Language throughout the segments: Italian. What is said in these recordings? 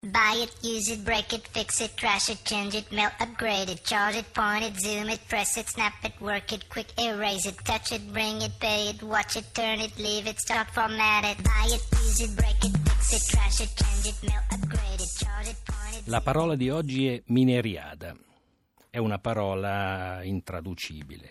Buy it, use it, break it, fix it, trash it, change it, melt, upgrade it, charge it, point it, zoom it, press it, snap it, work it, quick erase it, touch it, bring it, pay it, watch it, turn it, leave it, start, format it. Buy it, use it, break it, fix it, trash it, change it, melt, upgrade it, charge it, point it. La parola di oggi è mineriada. È una parola intraducibile.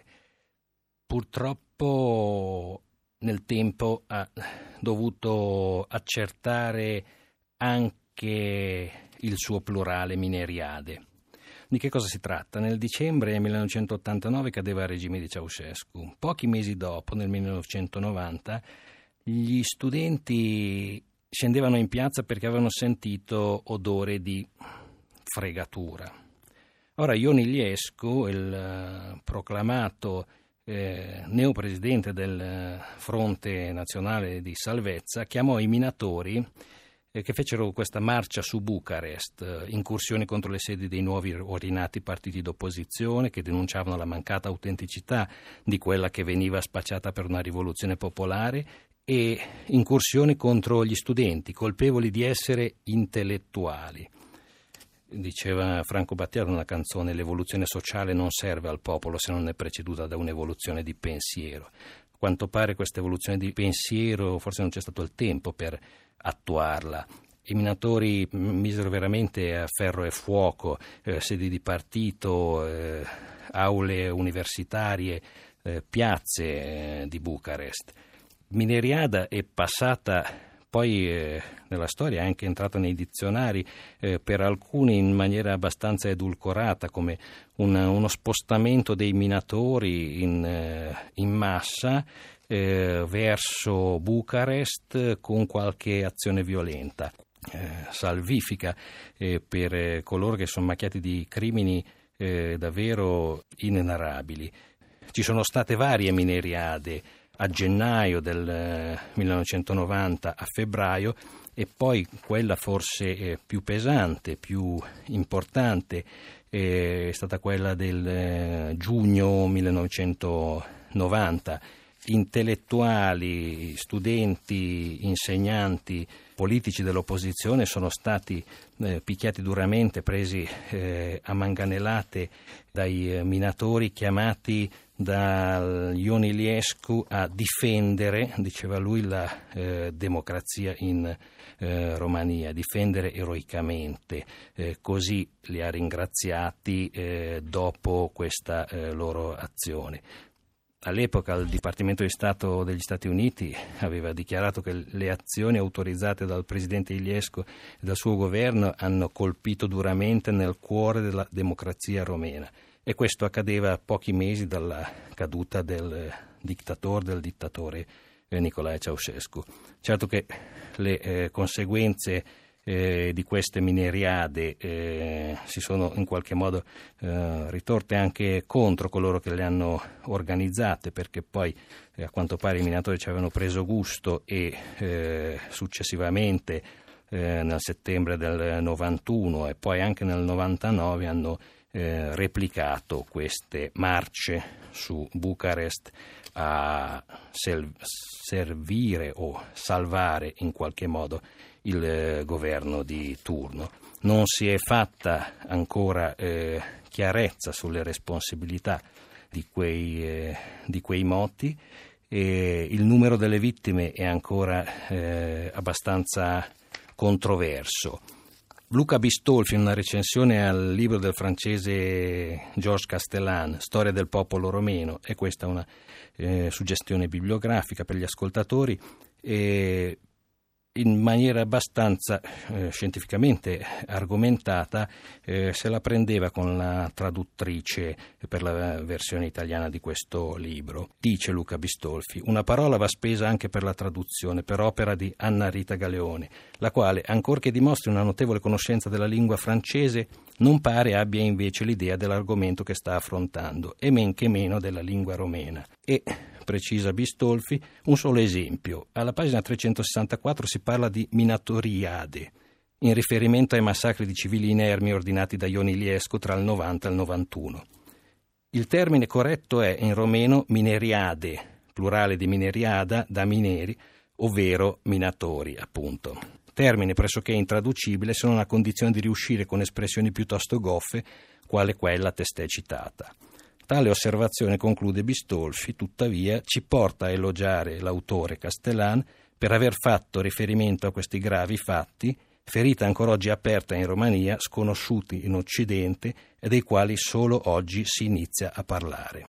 Purtroppo nel tempo ha dovuto accertare anche il suo plurale mineriade. Di che cosa si tratta? Nel dicembre 1989 cadeva il regime di Ceausescu. Pochi mesi dopo, nel 1990, gli studenti scendevano in piazza perché avevano sentito odore di fregatura. Ora Ion Iliescu, il proclamato neopresidente del Fronte Nazionale di Salvezza, chiamò i minatori che fecero questa marcia su Bucarest, incursioni contro le sedi dei nuovi ordinati partiti d'opposizione che denunciavano la mancata autenticità di quella che veniva spacciata per una rivoluzione popolare, e incursioni contro gli studenti, colpevoli di essere intellettuali. Diceva Franco Battiato in una canzone: l'evoluzione sociale non serve al popolo se non è preceduta da un'evoluzione di pensiero. A quanto pare questa evoluzione di pensiero forse non c'è stato il tempo per attuarla. I minatori misero veramente a ferro e fuoco sedi di partito, aule universitarie, piazze di Bucarest. Mineriada è passata poi nella storia, è anche entrata nei dizionari per alcuni in maniera abbastanza edulcorata, come uno spostamento dei minatori in massa verso Bucarest con qualche azione violenta, salvifica per coloro che sono macchiati di crimini davvero inenarrabili. Ci sono state varie mineriade a gennaio del 1990 a febbraio, e poi quella forse più pesante, più importante, è stata quella del giugno 1990. Intellettuali, studenti, insegnanti, politici dell'opposizione sono stati picchiati duramente, presi a manganellate dai minatori chiamati da Ion Iliescu a difendere, diceva lui, la democrazia in Romania, difendere eroicamente. Così li ha ringraziati dopo questa loro azione. All'epoca il Dipartimento di Stato degli Stati Uniti aveva dichiarato che le azioni autorizzate dal presidente Iliescu e dal suo governo hanno colpito duramente nel cuore della democrazia romena, e questo accadeva a pochi mesi dalla caduta del dittatore Nicolae Ceausescu. Certo che le conseguenze di queste mineriade si sono in qualche modo ritorte anche contro coloro che le hanno organizzate, perché poi a quanto pare i minatori ci avevano preso gusto e successivamente nel settembre del 91 e poi anche nel 99 hanno replicato queste marce su Bucarest a servire o salvare in qualche modo il governo di turno. Non si è fatta ancora chiarezza sulle responsabilità di quei motti, e il numero delle vittime è ancora abbastanza controverso. Luca Bistolfi, in una recensione al libro del francese Georges Castellan, Storia del popolo romeno, e questa è una suggestione bibliografica per gli ascoltatori, in maniera abbastanza scientificamente argomentata se la prendeva con la traduttrice per la versione italiana di questo libro. Dice Luca Bistolfi: una parola va spesa anche per la traduzione, per opera di Anna Rita Galeone, la quale, ancorché dimostri una notevole conoscenza della lingua francese, non pare abbia invece l'idea dell'argomento che sta affrontando, e men che meno della lingua romena. E, precisa Bistolfi, un solo esempio: alla pagina 364 si parla di minatoriade, in riferimento ai massacri di civili inermi ordinati da Ion Iliescu tra il 90 e il 91. Il termine corretto è in romeno mineriade, plurale di mineriada, da mineri, ovvero minatori, appunto. termine pressoché intraducibile se non a condizione di riuscire con espressioni piuttosto goffe, quale quella testé citata. Tale osservazione, conclude Bistolfi, tuttavia ci porta a elogiare l'autore Castellan per aver fatto riferimento a questi gravi fatti, ferita ancora oggi aperta in Romania, sconosciuti in Occidente e dei quali solo oggi si inizia a parlare.